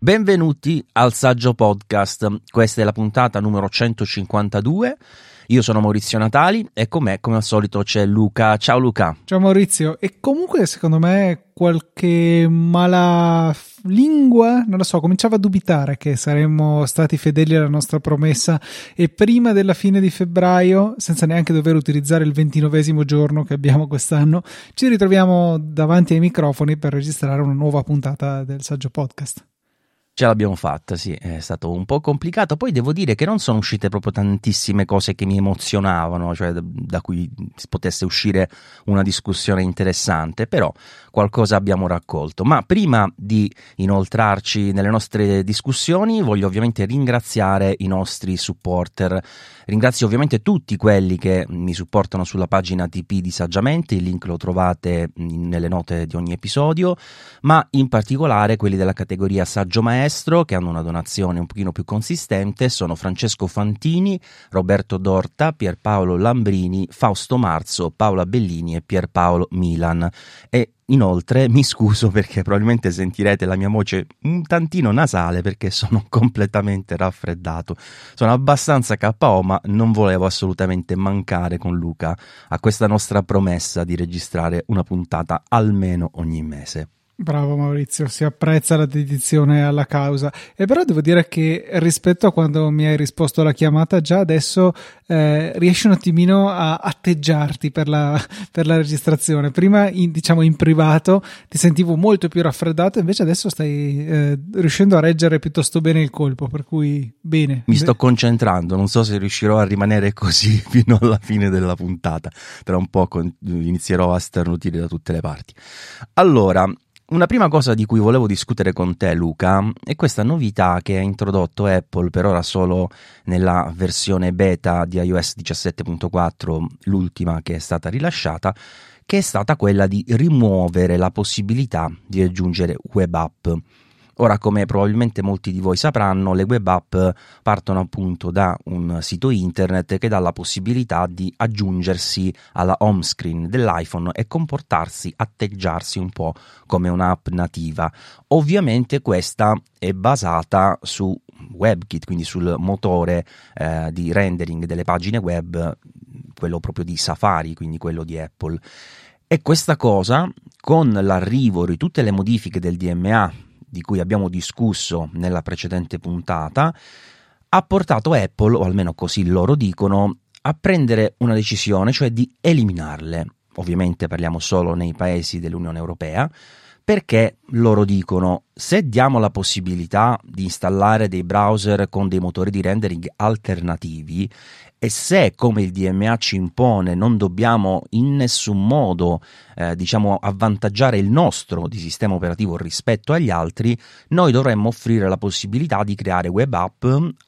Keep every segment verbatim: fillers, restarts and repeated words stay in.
Benvenuti al Saggio Podcast, questa è la puntata numero centocinquantadue, io sono Maurizio Natali e con me come al solito c'è Luca. Ciao Luca. Ciao Maurizio, e comunque secondo me qualche mala lingua, non lo so, cominciava a dubitare che saremmo stati fedeli alla nostra promessa e prima della fine di febbraio, senza neanche dover utilizzare il ventinovesimo giorno che abbiamo quest'anno, ci ritroviamo davanti ai microfoni per registrare una nuova puntata del Saggio Podcast. Ce l'abbiamo fatta, sì, è stato un po' complicato. Poi devo dire che non sono uscite proprio tantissime cose che mi emozionavano, cioè da, da cui potesse uscire una discussione interessante, però qualcosa abbiamo raccolto. Ma prima di inoltrarci nelle nostre discussioni voglio ovviamente ringraziare i nostri supporter. Ringrazio ovviamente tutti quelli che mi supportano sulla pagina T P di Saggiamente, il link lo trovate nelle note di ogni episodio, ma in particolare quelli della categoria Saggio Maestro, che hanno una donazione un pochino più consistente. Sono Francesco Fantini, Roberto Dorta, Pierpaolo Lambrini, Fausto Marzo, Paola Bellini e Pierpaolo Milan. E inoltre mi scuso perché probabilmente sentirete la mia voce un tantino nasale perché sono completamente raffreddato. Sono abbastanza K O, ma non volevo assolutamente mancare con Luca a questa nostra promessa di registrare una puntata almeno ogni mese. Bravo Maurizio, si apprezza la dedizione alla causa. E però devo dire che rispetto a quando mi hai risposto alla chiamata, già adesso eh, riesci un attimino a atteggiarti per la, per la registrazione. Prima in, diciamo in privato ti sentivo molto più raffreddato, invece adesso stai eh, riuscendo a reggere piuttosto bene il colpo, per cui bene. Mi sto concentrando, non so se riuscirò a rimanere così fino alla fine della puntata. Tra un po' con, inizierò a sternutire da tutte le parti. Allora, una prima cosa di cui volevo discutere con te, Luca, è questa novità che ha introdotto Apple, per ora solo nella versione beta di iOS diciassette punto quattro, l'ultima che è stata rilasciata, che è stata quella di rimuovere la possibilità di aggiungere web app. Ora, come probabilmente molti di voi sapranno, le web app partono appunto da un sito internet che dà la possibilità di aggiungersi alla home screen dell'iPhone e comportarsi, atteggiarsi un po' come un'app nativa. Ovviamente questa è basata su WebKit, quindi sul motore eh, di rendering delle pagine web, quello proprio di Safari, quindi quello di Apple. E questa cosa, con l'arrivo di tutte le modifiche del D M A di cui abbiamo discusso nella precedente puntata, ha portato Apple, o almeno così loro dicono, a prendere una decisione, cioè di eliminarle. Ovviamente parliamo solo nei paesi dell'Unione Europea, perché loro dicono: se diamo la possibilità di installare dei browser con dei motori di rendering alternativi e se, come il D M A ci impone, non dobbiamo in nessun modo eh, diciamo avvantaggiare il nostro di sistema operativo rispetto agli altri, noi dovremmo offrire la possibilità di creare web app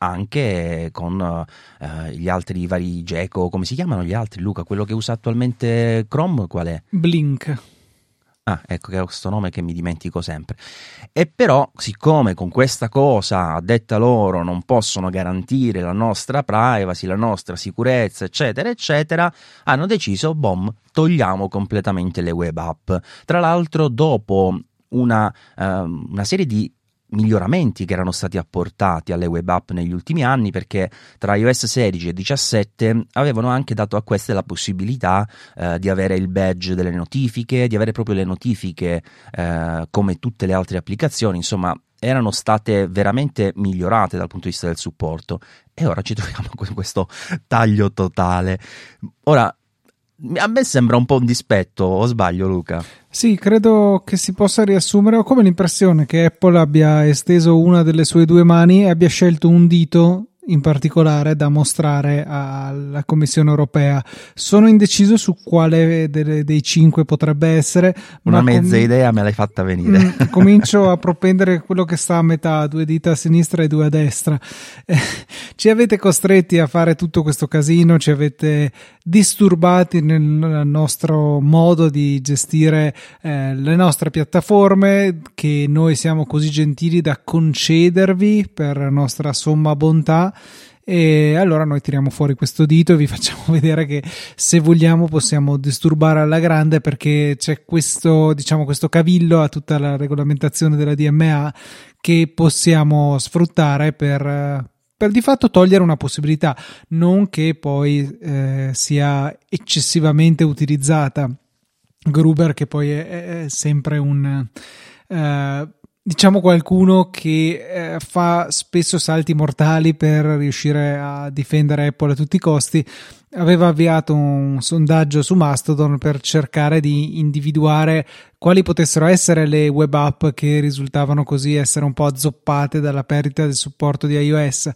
anche con eh, gli altri vari Gecko. Come si chiamano gli altri, Luca? Quello che usa attualmente Chrome qual è? Blink. Ah, ecco, che ha questo nome che mi dimentico sempre. E però, siccome con questa cosa, a detta loro, non possono garantire la nostra privacy, la nostra sicurezza, eccetera, eccetera, hanno deciso, bom, togliamo completamente le web app. Tra l'altro, dopo una, uh, una serie di miglioramenti che erano stati apportati alle web app negli ultimi anni, perché tra iOS sedici e diciassette avevano anche dato a queste la possibilità eh, di avere il badge delle notifiche, di avere proprio le notifiche eh, come tutte le altre applicazioni. Insomma, erano state veramente migliorate dal punto di vista del supporto, e ora ci troviamo con questo taglio totale. Ora, a me sembra un po' un dispetto, o sbaglio, Luca? Sì, credo che si possa riassumere. Ho come l'impressione che Apple abbia esteso una delle sue due mani e abbia scelto un dito in particolare da mostrare alla Commissione Europea. Sono indeciso su quale delle, dei cinque potrebbe essere. Una ma mezza com- idea me l'hai fatta venire. Mm, comincio a propendere quello che sta a metà, due dita a sinistra e due a destra. Eh, ci avete costretti a fare tutto questo casino, ci avete disturbati nel nostro modo di gestire eh, le nostre piattaforme, che noi siamo così gentili da concedervi per nostra somma bontà. E allora noi tiriamo fuori questo dito e vi facciamo vedere che se vogliamo possiamo disturbare alla grande, perché c'è questo, diciamo, questo cavillo a tutta la regolamentazione della D M A che possiamo sfruttare per, per di fatto togliere una possibilità, non che poi eh, sia eccessivamente utilizzata. Gruber, che poi è, è sempre un eh, diciamo qualcuno che eh, fa spesso salti mortali per riuscire a difendere Apple a tutti i costi, aveva avviato un sondaggio su Mastodon per cercare di individuare quali potessero essere le web app che risultavano così essere un po' azzoppate dalla perdita del supporto di iOS.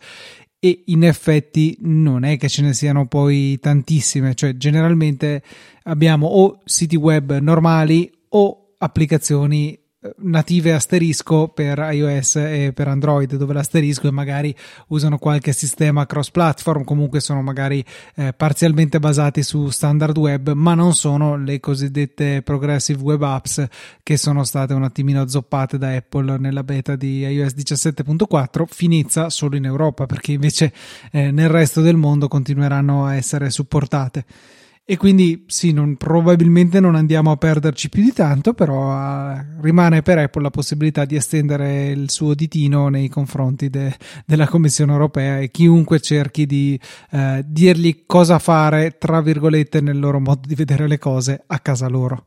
E in effetti non è che ce ne siano poi tantissime, cioè generalmente abbiamo o siti web normali o applicazioni native asterisco per iOS e per Android, dove l'asterisco e magari usano qualche sistema cross platform, comunque sono magari eh, parzialmente basati su standard web, ma non sono le cosiddette progressive web apps che sono state un attimino azzoppate da Apple nella beta di iOS diciassette punto quattro, finizza solo in Europa, perché invece eh, nel resto del mondo continueranno a essere supportate. E quindi sì, non, probabilmente non andiamo a perderci più di tanto, però uh, rimane per Apple la possibilità di estendere il suo ditino nei confronti de, della Commissione Europea e chiunque cerchi di uh, dirgli cosa fare, tra virgolette, nel loro modo di vedere le cose a casa loro.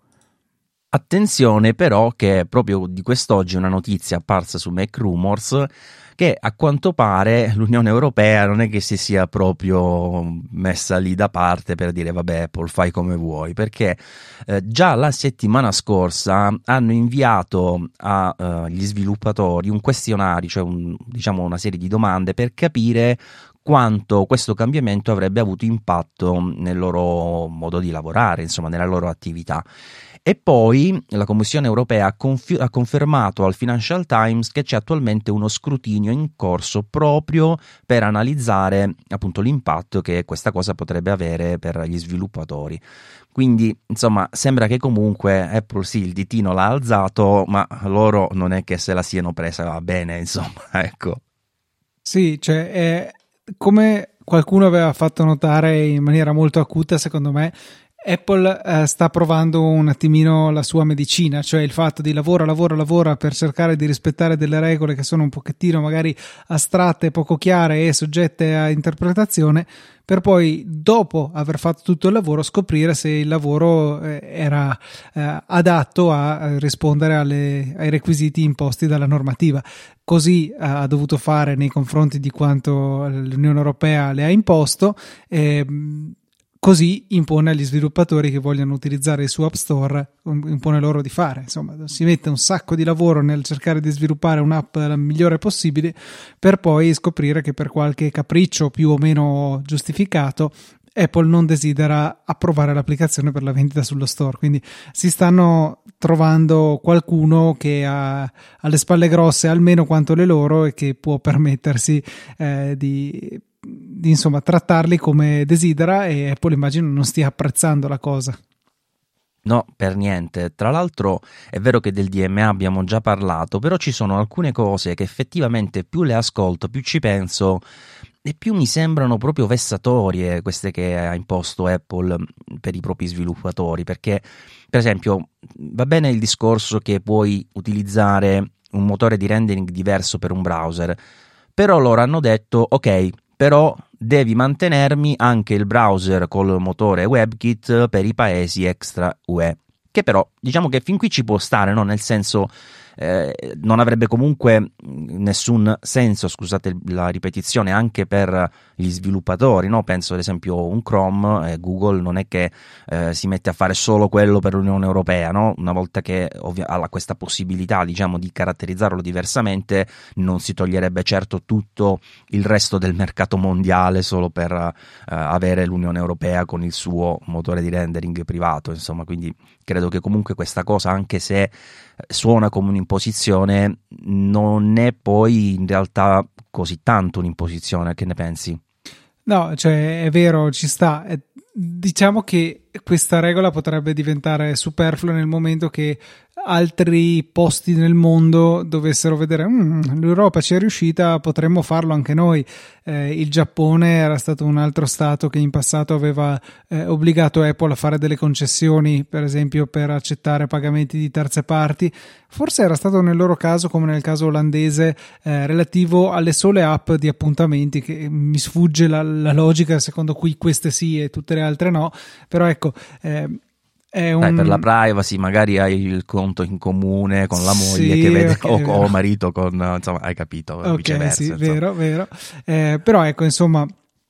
Attenzione però che proprio di quest'oggi una notizia apparsa su Mac Rumors che a quanto pare l'Unione Europea non è che si sia proprio messa lì da parte per dire vabbè Apple fai come vuoi, perché eh, già la settimana scorsa hanno inviato agli uh, sviluppatori un questionario, cioè un, diciamo una serie di domande per capire quanto questo cambiamento avrebbe avuto impatto nel loro modo di lavorare, insomma nella loro attività. E poi la Commissione Europea ha, conf- ha confermato al Financial Times che c'è attualmente uno scrutinio in corso proprio per analizzare appunto l'impatto che questa cosa potrebbe avere per gli sviluppatori. Quindi insomma sembra che comunque Apple sì il ditino l'ha alzato, ma loro non è che se la siano presa bene, insomma, ecco. Sì, cioè è come qualcuno aveva fatto notare in maniera molto acuta, secondo me Apple eh, sta provando un attimino la sua medicina, cioè il fatto di lavora, lavora, lavora per cercare di rispettare delle regole che sono un pochettino magari astratte, poco chiare e soggette a interpretazione, per poi dopo aver fatto tutto il lavoro scoprire se il lavoro eh, era eh, adatto a rispondere alle, ai requisiti imposti dalla normativa. Così eh, ha dovuto fare nei confronti di quanto l'Unione Europea le ha imposto. Eh, Così impone agli sviluppatori che vogliono utilizzare il suo App Store, impone loro di fare. Insomma, si mette un sacco di lavoro nel cercare di sviluppare un'app la migliore possibile, per poi scoprire che per qualche capriccio più o meno giustificato Apple non desidera approvare l'applicazione per la vendita sullo store. Quindi si stanno trovando qualcuno che ha alle spalle grosse almeno quanto le loro e che può permettersi eh, di di insomma trattarli come desidera, e Apple immagino non stia apprezzando la cosa. No, per niente. Tra l'altro è vero che del D M A abbiamo già parlato, però ci sono alcune cose che effettivamente più le ascolto, più ci penso e più mi sembrano proprio vessatorie queste che ha imposto Apple per i propri sviluppatori, perché per esempio va bene il discorso che puoi utilizzare un motore di rendering diverso per un browser, però loro hanno detto ok, però devi mantenermi anche il browser col motore WebKit per i paesi extra U E, che però diciamo che fin qui ci può stare, no? Nel senso eh, non avrebbe comunque nessun senso, scusate la ripetizione, anche per gli sviluppatori, no? Penso ad esempio un Chrome, eh, Google non è che eh, si mette a fare solo quello per l'Unione Europea, no? Una volta che ovvia- ha questa possibilità, diciamo, di caratterizzarlo diversamente, non si toglierebbe certo tutto il resto del mercato mondiale solo per eh, avere l'Unione Europea con il suo motore di rendering privato, insomma. Quindi credo che comunque questa cosa, anche se suona come un'imposizione, non è poi in realtà così tanto un'imposizione. Che ne pensi? No, cioè è vero, ci sta. Diciamo che questa regola potrebbe diventare superflua nel momento che altri posti nel mondo dovessero vedere mm, l'Europa ci è riuscita, potremmo farlo anche noi. Eh, il Giappone era stato un altro stato che in passato aveva eh, obbligato Apple a fare delle concessioni, per esempio per accettare pagamenti di terze parti. Forse era stato nel loro caso, come nel caso olandese, eh, relativo alle sole app di appuntamenti, che mi sfugge la, la logica secondo cui queste sì e tutte le altre no, però ecco, eh, è un... Dai, per la privacy magari hai il conto in comune con la moglie sì, che vede okay, o, o marito con, insomma, hai capito, ok, viceversa. sì, insomma. vero, vero. Eh, però ecco, insomma,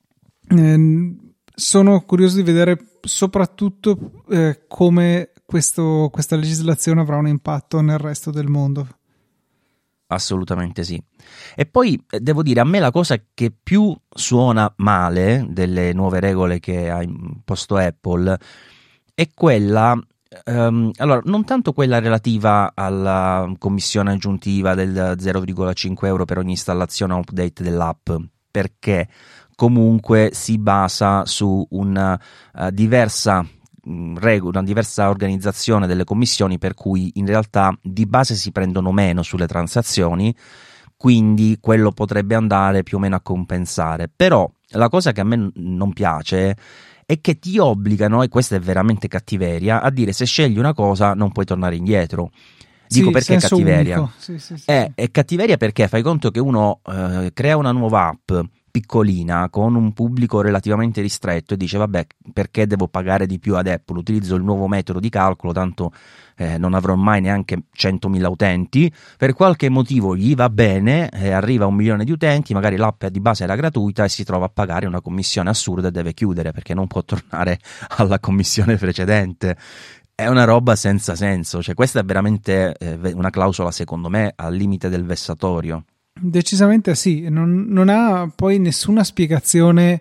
ehm, sono curioso di vedere soprattutto eh, come questo, questa legislazione avrà un impatto nel resto del mondo. Assolutamente sì. E poi devo dire, a me la cosa che più suona male delle nuove regole che ha imposto Apple è quella, um, allora, non tanto quella relativa alla commissione aggiuntiva del zero virgola cinque euro per ogni installazione o update dell'app, perché comunque si basa su una uh, diversa regola, una diversa organizzazione delle commissioni, per cui in realtà di base si prendono meno sulle transazioni, quindi quello potrebbe andare più o meno a compensare. Però la cosa che a me non piace è che ti obbligano, e questa è veramente cattiveria, a dire se scegli una cosa non puoi tornare indietro. Dico sì, perché è cattiveria. Sì, sì, sì, è, sì. è cattiveria perché fai conto che uno eh, crea una nuova app piccolina con un pubblico relativamente ristretto e dice vabbè, perché devo pagare di più ad Apple, utilizzo il nuovo metodo di calcolo, tanto eh, non avrò mai neanche centomila utenti, per qualche motivo gli va bene, eh, arriva a un milione di utenti, magari l'app di base era gratuita e si trova a pagare una commissione assurda e deve chiudere perché non può tornare alla commissione precedente. È una roba senza senso, cioè questa è veramente eh, una clausola secondo me al limite del vessatorio. Decisamente sì, non, non ha poi nessuna spiegazione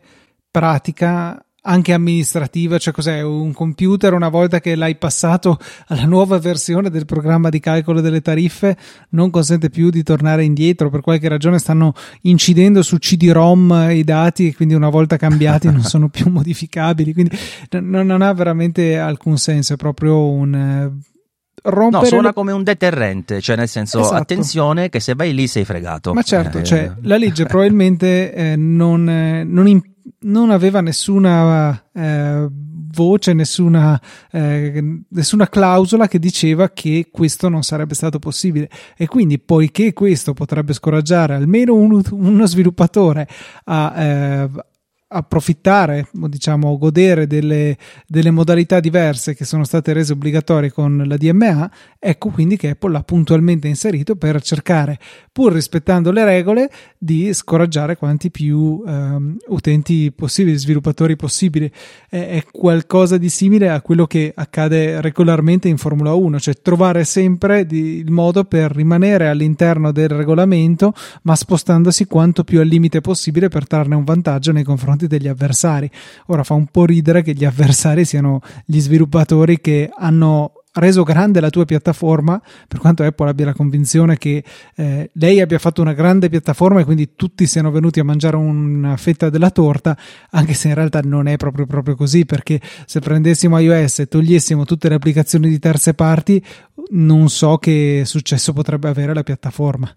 pratica, anche amministrativa, cioè cos'è un computer una volta che l'hai passato alla nuova versione del programma di calcolo delle tariffe non consente più di tornare indietro, per qualche ragione stanno incidendo su C D ROM i dati e quindi una volta cambiati non sono più modificabili, quindi non, non ha veramente alcun senso, è proprio un... Rompere no, suona le... come un deterrente, cioè nel senso esatto. Attenzione che se vai lì sei fregato. Ma certo, eh, cioè la legge probabilmente eh, non, eh, non, in, non aveva nessuna eh, voce, nessuna, eh, nessuna clausola che diceva che questo non sarebbe stato possibile, e quindi poiché questo potrebbe scoraggiare almeno uno, uno sviluppatore a eh, approfittare, diciamo godere delle, delle modalità diverse che sono state rese obbligatorie con la D M A, ecco quindi che Apple l'ha puntualmente inserito per cercare, pur rispettando le regole, di scoraggiare quanti più um, utenti possibili, sviluppatori possibili. È, è qualcosa di simile a quello che accade regolarmente in Formula uno, cioè trovare sempre di, il modo per rimanere all'interno del regolamento ma spostandosi quanto più al limite possibile per trarne un vantaggio nei confronti degli avversari. Ora fa un po' ridere che gli avversari siano gli sviluppatori che hanno reso grande la tua piattaforma, per quanto Apple abbia la convinzione che eh, lei abbia fatto una grande piattaforma e quindi tutti siano venuti a mangiare una fetta della torta, anche se in realtà non è proprio proprio così, perché se prendessimo iOS e togliessimo tutte le applicazioni di terze parti non so che successo potrebbe avere la piattaforma.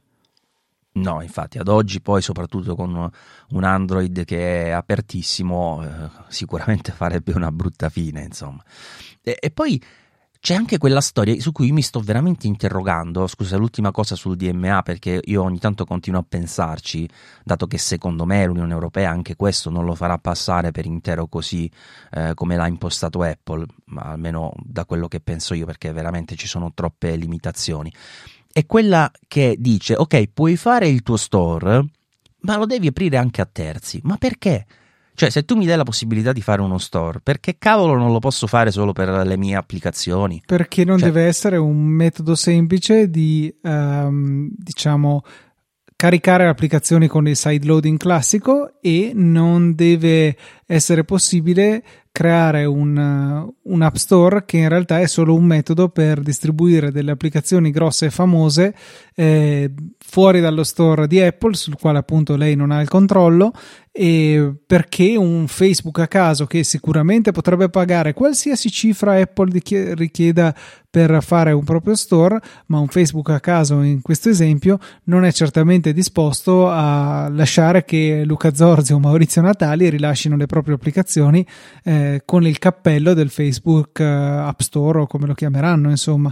No, infatti ad oggi poi soprattutto con un Android che è apertissimo eh, sicuramente farebbe una brutta fine, insomma. E, e poi c'è anche quella storia su cui mi sto veramente interrogando, scusa, l'ultima cosa sul D M A, perché io ogni tanto continuo a pensarci, dato che secondo me l'Unione Europea anche questo non lo farà passare per intero così eh, come l'ha impostato Apple, ma almeno da quello che penso io, perché veramente ci sono troppe limitazioni. È quella che dice, ok, puoi fare il tuo store, ma lo devi aprire anche a terzi. Ma perché? Cioè, se tu mi dai la possibilità di fare uno store, perché cavolo non lo posso fare solo per le mie applicazioni? Perché non cioè, deve essere un metodo semplice di, um, diciamo, caricare applicazioni con il sideloading classico, e non deve essere possibile creare un, un app store che in realtà è solo un metodo per distribuire delle applicazioni grosse e famose eh, fuori dallo store di Apple, sul quale appunto lei non ha il controllo, e perché un Facebook a caso, che sicuramente potrebbe pagare qualsiasi cifra Apple richieda per fare un proprio store, ma un Facebook a caso in questo esempio non è certamente disposto a lasciare che Luca Zorzi o Maurizio Natali rilascino le proprie applicazioni eh, con il cappello del Facebook eh, App Store, o come lo chiameranno, insomma.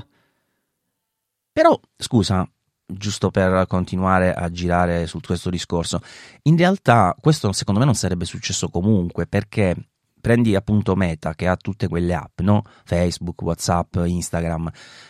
Però, scusa, giusto per continuare a girare su questo discorso, in realtà questo secondo me non sarebbe successo comunque, perché prendi appunto Meta, che ha tutte quelle app, no? Facebook, WhatsApp, Instagram.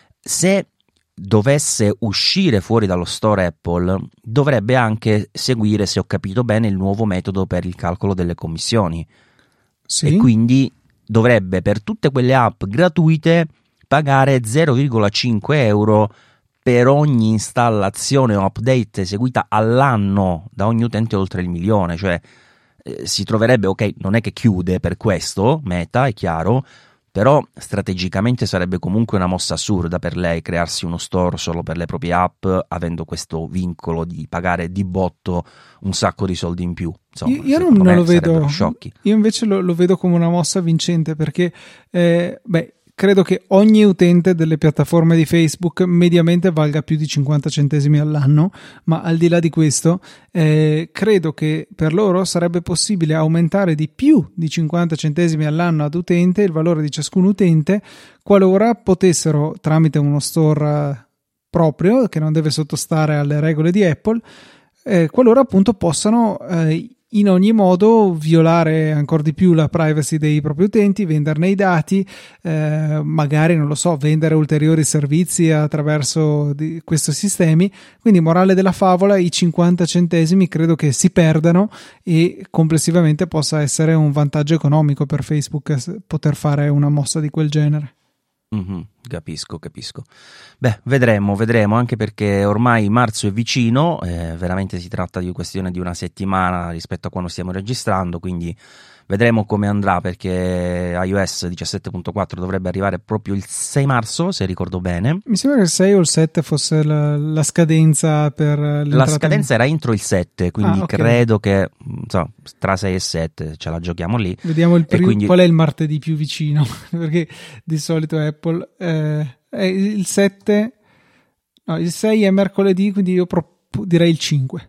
Se dovesse uscire fuori dallo store Apple, dovrebbe anche seguire, se ho capito bene, il nuovo metodo per il calcolo delle commissioni. Sì. E quindi dovrebbe per tutte quelle app gratuite pagare zero virgola cinque euro per ogni installazione o update eseguita all'anno da ogni utente oltre il milione. Cioè eh, si troverebbe, ok, non è che chiude per questo Meta, è chiaro, però strategicamente sarebbe comunque una mossa assurda per lei crearsi uno store solo per le proprie app, avendo questo vincolo di pagare di botto un sacco di soldi in più. Insomma, io io non, non lo vedo sciocchi. Io invece lo, lo vedo come una mossa vincente, perché eh, beh credo che ogni utente delle piattaforme di Facebook mediamente valga più di cinquanta centesimi all'anno, ma al di là di questo eh, credo che per loro sarebbe possibile aumentare di più di cinquanta centesimi all'anno ad utente il valore di ciascun utente, qualora potessero, tramite uno store proprio che non deve sottostare alle regole di Apple, eh, qualora appunto possano eh, in ogni modo violare ancora di più la privacy dei propri utenti, venderne i dati, eh, magari, non lo so, vendere ulteriori servizi attraverso di questi sistemi. Quindi, morale della favola, i cinquanta centesimi credo che si perdano e complessivamente possa essere un vantaggio economico per Facebook poter fare una mossa di quel genere. Mm-hmm, capisco, capisco. Beh, vedremo, vedremo, anche perché ormai marzo è vicino, eh, veramente si tratta di questione di una settimana rispetto a quando stiamo registrando, quindi vedremo come andrà, perché iOS diciassette punto quattro dovrebbe arrivare proprio il sei marzo, se ricordo bene. Mi sembra che il sei o il sette fosse la, la scadenza per l'entrata. La scadenza in... era entro il sette, quindi ah, okay. credo che so, tra sei e sette ce la giochiamo lì. Vediamo il primo, quindi... qual è il martedì più vicino, perché di solito Apple eh, è il sette, no, il sei è mercoledì, quindi io pro- direi il cinque.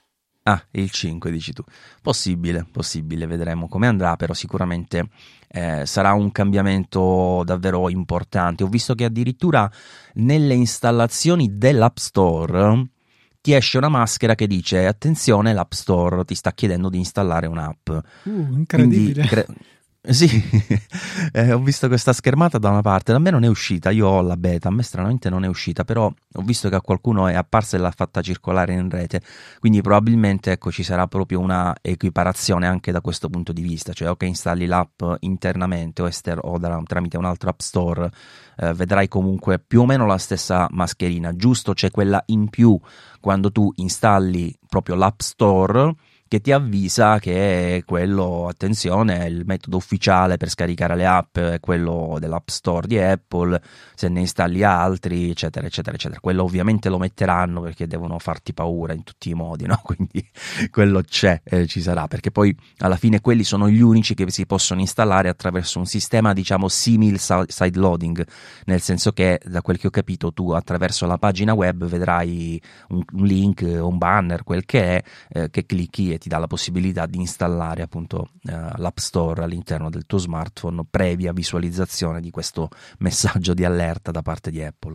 Ah, il cinque dici tu. Possibile, possibile, vedremo come andrà, però sicuramente eh, sarà un cambiamento davvero importante. Ho visto che addirittura nelle installazioni dell'App Store ti esce una maschera che dice: attenzione, l'App Store ti sta chiedendo di installare un'app. Uh, incredibile. Quindi, cre- Sì, eh, ho visto questa schermata da una parte, da me non è uscita, io ho la beta, a me stranamente non è uscita, però ho visto che a qualcuno è apparsa e l'ha fatta circolare in rete, quindi probabilmente ecco ci sarà proprio una equiparazione anche da questo punto di vista, cioè o che installi l'app internamente o, ester- o da, tramite un altro app store, eh, vedrai comunque più o meno la stessa mascherina, giusto c'è quella in più quando tu installi proprio l'app store, che ti avvisa che quello, attenzione, è il metodo ufficiale per scaricare le app, è quello dell'App Store di Apple, se ne installi altri, eccetera, eccetera, eccetera. Quello ovviamente lo metteranno perché devono farti paura in tutti i modi, no? Quindi quello c'è, eh, ci sarà, perché poi alla fine quelli sono gli unici che si possono installare attraverso un sistema, diciamo, simil sideloading, nel senso che, da quel che ho capito, tu attraverso la pagina web vedrai un, un link, un banner, quel che è, eh, che clicchi e ti dà la possibilità di installare appunto eh, l'App Store all'interno del tuo smartphone, previa visualizzazione di questo messaggio di allerta da parte di Apple.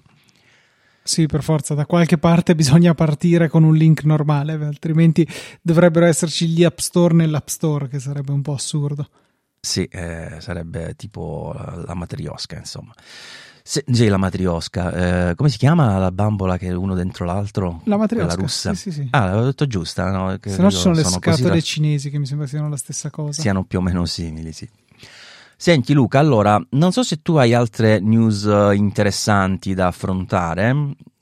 Sì, per forza, da qualche parte bisogna partire con un link normale, altrimenti dovrebbero esserci gli App Store nell'App Store, che sarebbe un po' assurdo. Sì, eh, sarebbe tipo la, la matriosca, insomma. Sì, sì, la matriosca, eh, come si chiama la bambola che è uno dentro l'altro? La matriosca, quella russa. Sì, sì, sì. Ah, l'avevo detto giusta, no? Se no ci sono le sono scatole così... cinesi che mi sembra siano la stessa cosa. Siano più o meno simili, sì. Senti Luca, allora, non so se tu hai altre news interessanti da affrontare,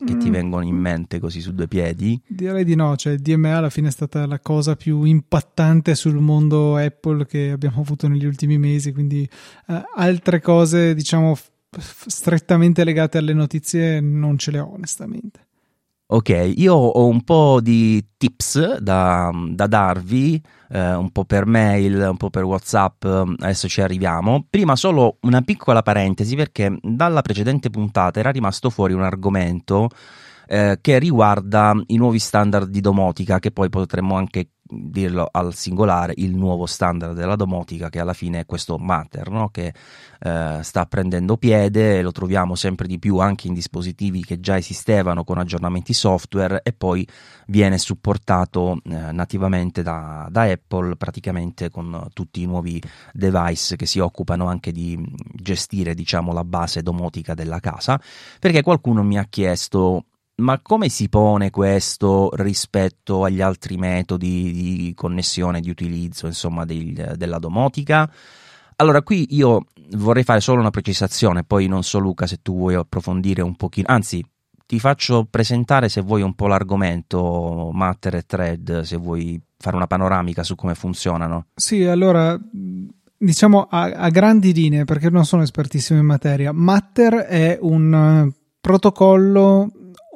che ti vengono in mente così su due piedi? Direi di no, cioè il D M A alla fine è stata la cosa più impattante sul mondo Apple che abbiamo avuto negli ultimi mesi, quindi eh, altre cose diciamo f- f- strettamente legate alle notizie non ce le ho onestamente. Ok, io ho un po' di tips da, da darvi, eh, un po' per mail, un po' per WhatsApp, adesso ci arriviamo. Prima solo una piccola parentesi, perché dalla precedente puntata era rimasto fuori un argomento eh, che riguarda i nuovi standard di domotica, che poi potremmo anche dirlo al singolare, il nuovo standard della domotica, che alla fine è questo Matter, no? Che eh, sta prendendo piede, lo troviamo sempre di più anche in dispositivi che già esistevano con aggiornamenti software, e poi viene supportato eh, nativamente da, da Apple, praticamente con tutti i nuovi device che si occupano anche di gestire, diciamo, la base domotica della casa. Perché qualcuno mi ha chiesto: ma come si pone questo rispetto agli altri metodi di connessione, di utilizzo, insomma, del, della domotica? Allora, qui io vorrei fare solo una precisazione, poi non so Luca se tu vuoi approfondire un pochino, anzi ti faccio presentare se vuoi un po' l'argomento Matter e Thread, se vuoi fare una panoramica su come funzionano. Sì, allora diciamo a, a grandi linee, perché non sono espertissimo in materia. Matter è un uh, protocollo,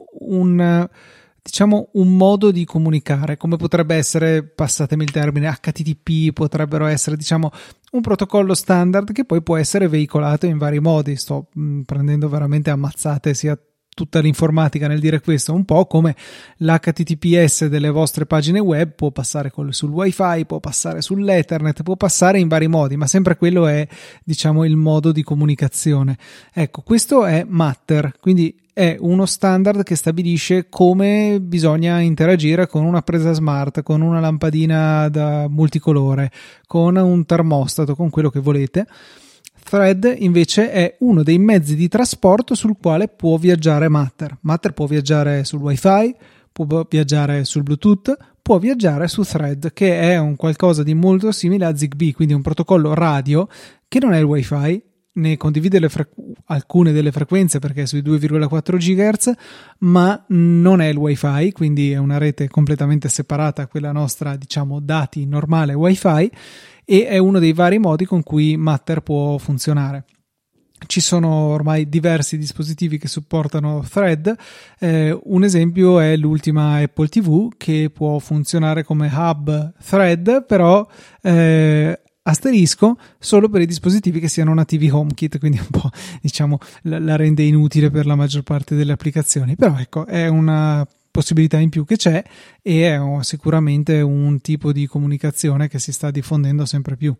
un diciamo un modo di comunicare, come potrebbe essere, passatemi il termine, H T T P, potrebbero essere diciamo un protocollo standard che poi può essere veicolato in vari modi. Sto mh, prendendo veramente a mazzate sia tutta l'informatica nel dire questo, un po' come l'H T T P S delle vostre pagine web può passare col, sul wifi, può passare sull'Ethernet, può passare in vari modi, ma sempre quello è diciamo il modo di comunicazione. Ecco, questo è Matter, quindi è uno standard che stabilisce come bisogna interagire con una presa smart, con una lampadina da multicolore, con un termostato, con quello che volete. Thread invece è uno dei mezzi di trasporto sul quale può viaggiare Matter. Matter può viaggiare sul wifi, può viaggiare sul Bluetooth, può viaggiare su Thread, che è un qualcosa di molto simile a Zigbee, quindi un protocollo radio che non è il wifi, ne condivide le fre- alcune delle frequenze perché è sui due virgola quattro gigahertz, ma non è il wifi, quindi è una rete completamente separata a quella nostra, diciamo, dati normale wifi, e è uno dei vari modi con cui Matter può funzionare. Ci sono ormai diversi dispositivi che supportano Thread, eh, un esempio è l'ultima Apple ti vu che può funzionare come hub Thread, però eh, asterisco solo per i dispositivi che siano nativi HomeKit, quindi un po' diciamo la, la rende inutile per la maggior parte delle applicazioni, però ecco è una possibilità in più che c'è e è un, sicuramente un tipo di comunicazione che si sta diffondendo sempre più.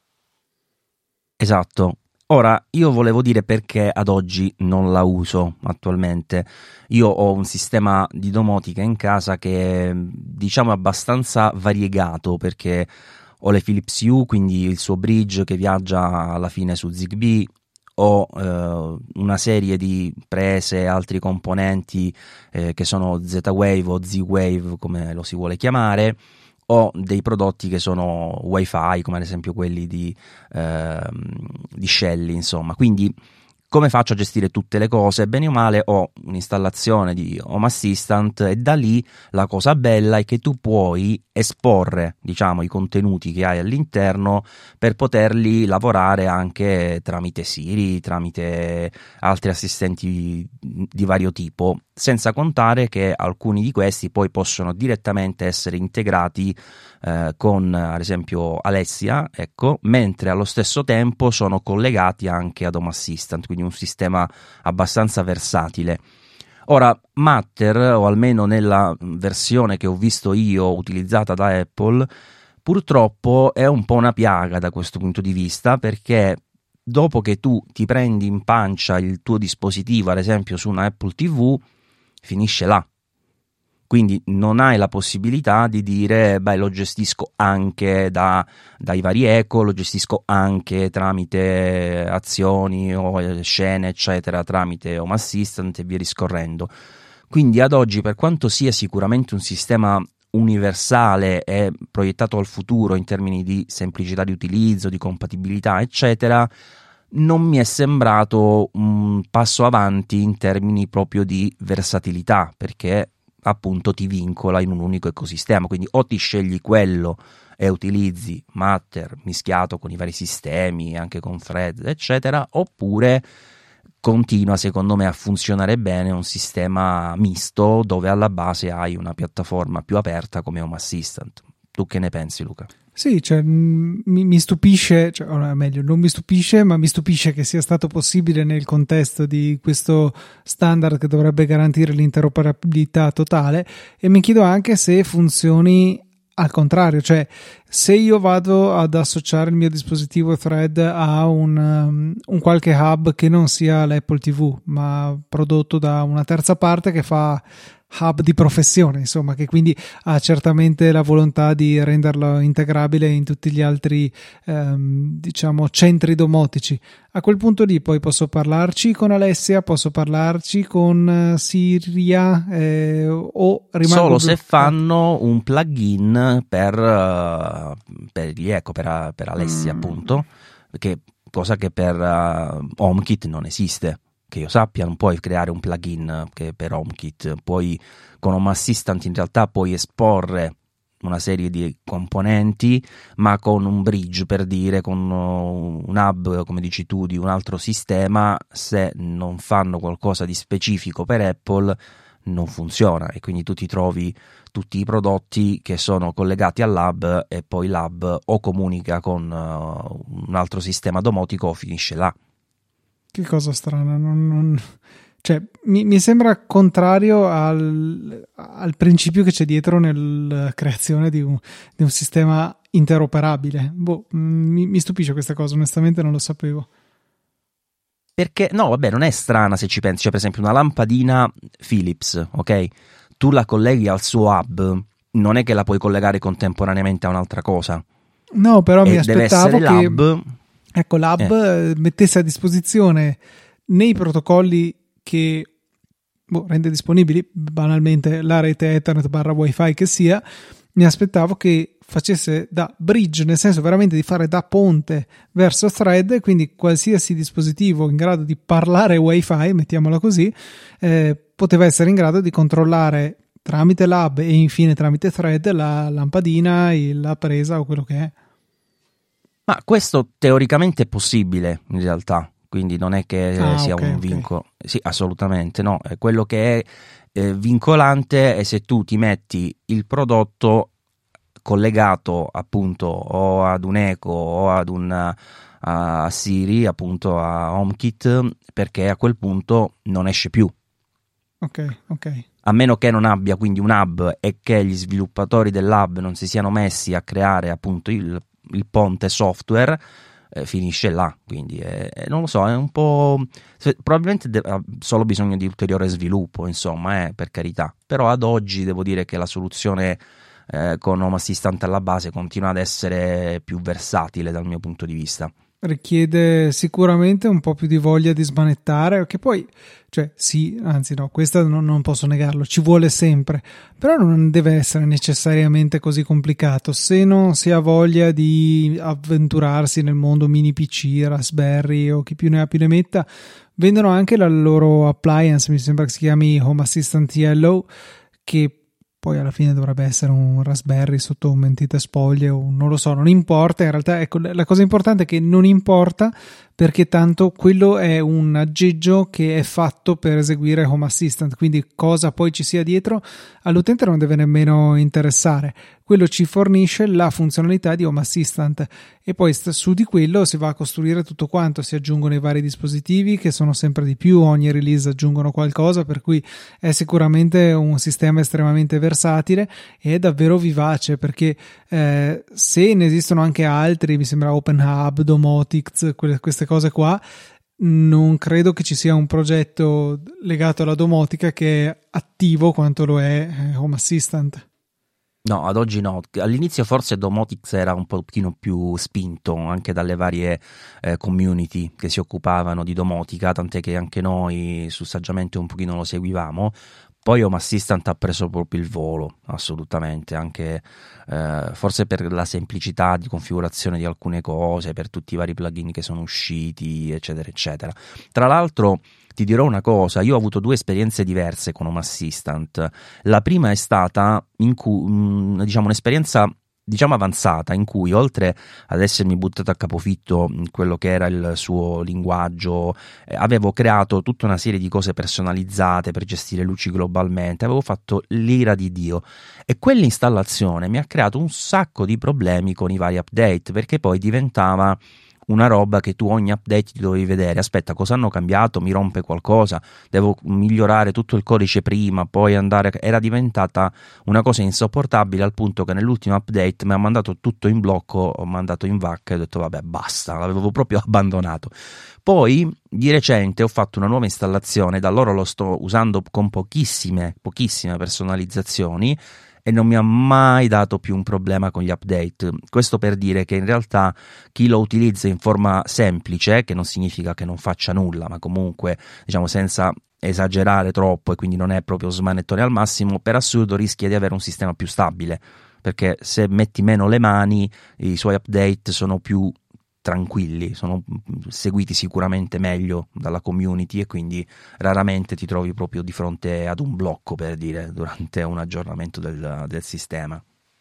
Esatto. Ora, io volevo dire perché ad oggi non la uso attualmente. Io ho un sistema di domotica in casa che è, diciamo, abbastanza variegato, perché ho le Philips Hue, quindi il suo bridge che viaggia alla fine su Zigbee, ho eh, una serie di prese e altri componenti eh, che sono Z-Wave o Z-Wave, come lo si vuole chiamare. Ho dei prodotti che sono wifi, come ad esempio quelli di, eh, di Shelly, insomma. Quindi come faccio a gestire tutte le cose? Bene o male ho un'installazione di Home Assistant, e da lì la cosa bella è che tu puoi esporre, diciamo, i contenuti che hai all'interno per poterli lavorare anche tramite Siri, tramite altri assistenti di vario tipo, senza contare che alcuni di questi poi possono direttamente essere integrati eh, con ad esempio Alessia, ecco, mentre allo stesso tempo sono collegati anche ad Home Assistant, quindi un sistema abbastanza versatile. Ora, Matter, o almeno nella versione che ho visto io utilizzata da Apple, purtroppo è un po' una piaga da questo punto di vista, perché dopo che tu ti prendi in pancia il tuo dispositivo, ad esempio su una Apple ti vu, finisce là. Quindi non hai la possibilità di dire, beh, lo gestisco anche da, dai vari Echo, lo gestisco anche tramite azioni o scene, eccetera, tramite Home Assistant e via discorrendo. Quindi ad oggi, per quanto sia sicuramente un sistema universale e proiettato al futuro in termini di semplicità di utilizzo, di compatibilità, eccetera, non mi è sembrato un passo avanti in termini proprio di versatilità, perché appunto ti vincola in un unico ecosistema, quindi o ti scegli quello e utilizzi Matter mischiato con i vari sistemi, anche con Thread eccetera, oppure continua secondo me a funzionare bene un sistema misto dove alla base hai una piattaforma più aperta come Home Assistant. Tu che ne pensi, Luca? Sì, cioè, mi, mi stupisce, cioè, o meglio, non mi stupisce, ma mi stupisce che sia stato possibile nel contesto di questo standard che dovrebbe garantire l'interoperabilità totale, e mi chiedo anche se funzioni al contrario, cioè se io vado ad associare il mio dispositivo Thread a un, um, un qualche hub che non sia l'Apple ti vu, ma prodotto da una terza parte che fa hub di professione, insomma, che quindi ha certamente la volontà di renderlo integrabile in tutti gli altri ehm, diciamo centri domotici. A quel punto lì poi posso parlarci con Alessia, posso parlarci con Siria eh, o rimango solo bloccato. Se fanno un plugin per, uh, per, gli, ecco, per, per Alessia mm. appunto, che, cosa che per uh, HomeKit non esiste. Che io sappia, non puoi creare un plugin che per HomeKit, poi con Home Assistant in realtà puoi esporre una serie di componenti, ma con un bridge, per dire, con un hub, come dici tu, di un altro sistema, se non fanno qualcosa di specifico per Apple non funziona, e quindi tu ti trovi tutti i prodotti che sono collegati all'hub e poi l'hub o comunica con uh, un altro sistema domotico o finisce là. Che cosa strana, non, non... Cioè, mi, mi sembra contrario al, al principio che c'è dietro nella creazione di un, di un sistema interoperabile. Boh, mi, mi stupisce questa cosa, onestamente non lo sapevo. Perché, no, vabbè, non è strana se ci pensi, cioè per esempio una lampadina Philips, ok? Tu la colleghi al suo hub, non è che la puoi collegare contemporaneamente a un'altra cosa. No, però e mi aspettavo deve essere che... l'hub... Ecco, l'hub eh. mettesse a disposizione nei protocolli che boh, rende disponibili banalmente la rete Ethernet barra Wi-Fi che sia, mi aspettavo che facesse da bridge, nel senso veramente di fare da ponte verso Thread, quindi qualsiasi dispositivo in grado di parlare Wi-Fi, mettiamola così, eh, poteva essere in grado di controllare tramite l'hub e infine tramite Thread la lampadina, la presa o quello che è. Ma questo teoricamente è possibile in realtà, quindi non è che ah, sia okay, un okay. vincolo, sì, assolutamente no. Quello che è eh, vincolante è se tu ti metti il prodotto collegato appunto o ad un Echo o ad un a Siri, appunto a HomeKit, perché a quel punto non esce più. Ok, ok. A meno che non abbia quindi un hub e che gli sviluppatori dell'hub non si siano messi a creare appunto il il ponte software, eh, finisce là, quindi eh, non lo so, è un po' se, probabilmente de- ha solo bisogno di ulteriore sviluppo, insomma, eh, per carità, però ad oggi devo dire che la soluzione eh, con Home Assistant alla base continua ad essere più versatile dal mio punto di vista. Richiede sicuramente un po' più di voglia di smanettare, che poi, cioè sì, anzi no, questa non, non posso negarlo, ci vuole sempre, però non deve essere necessariamente così complicato. Se non si ha voglia di avventurarsi nel mondo mini P C, Raspberry o chi più ne ha più ne metta, vendono anche la loro appliance, mi sembra che si chiami Home Assistant Yellow, che poi alla fine dovrebbe essere un Raspberry sotto un mentite spoglie o non lo so, non importa, in realtà ecco, la cosa importante è che non importa, perché tanto quello è un aggeggio che è fatto per eseguire Home Assistant, quindi cosa poi ci sia dietro all'utente non deve nemmeno interessare, quello ci fornisce la funzionalità di Home Assistant e poi su di quello si va a costruire tutto quanto, si aggiungono i vari dispositivi che sono sempre di più, ogni release aggiungono qualcosa, per cui è sicuramente un sistema estremamente versatile e davvero vivace, perché eh, se ne esistono anche altri, mi sembra OpenHub, Domotics, quelle, queste cose qua, non credo che ci sia un progetto legato alla domotica che è attivo quanto lo è Home Assistant. No, ad oggi no. All'inizio forse Domotics era un pochino più spinto anche dalle varie eh, community che si occupavano di domotica, tant'è che anche noi su Saggiamente un pochino lo seguivamo. Poi Home Assistant ha preso proprio il volo, assolutamente, anche eh, forse per la semplicità di configurazione di alcune cose, per tutti i vari plugin che sono usciti, eccetera, eccetera. Tra l'altro ti dirò una cosa, io ho avuto due esperienze diverse con Home Assistant. La prima è stata in cui, mh, diciamo, un'esperienza diciamo avanzata, in cui oltre ad essermi buttato a capofitto in quello che era il suo linguaggio, eh, avevo creato tutta una serie di cose personalizzate per gestire luci globalmente, avevo fatto l'ira di Dio, e quell'installazione mi ha creato un sacco di problemi con i vari update, perché poi diventava una roba che tu ogni update ti dovevi vedere, aspetta, cosa hanno cambiato, mi rompe qualcosa, devo migliorare tutto il codice prima, poi andare, era diventata una cosa insopportabile, al punto che nell'ultimo update mi ha mandato tutto in blocco, ho mandato in vacca e ho detto vabbè basta, l'avevo proprio abbandonato. Poi di recente ho fatto una nuova installazione, da allora lo sto usando con pochissime, pochissime personalizzazioni, e non mi ha mai dato più un problema con gli update. Questo per dire che in realtà chi lo utilizza in forma semplice, che non significa che non faccia nulla, ma comunque diciamo senza esagerare troppo, e quindi non è proprio smanettone al massimo, per assurdo rischia di avere un sistema più stabile, perché se metti meno le mani i suoi update sono più tranquilli, sono seguiti sicuramente meglio dalla community, e quindi raramente ti trovi proprio di fronte ad un blocco, per dire, durante un aggiornamento del, del sistema.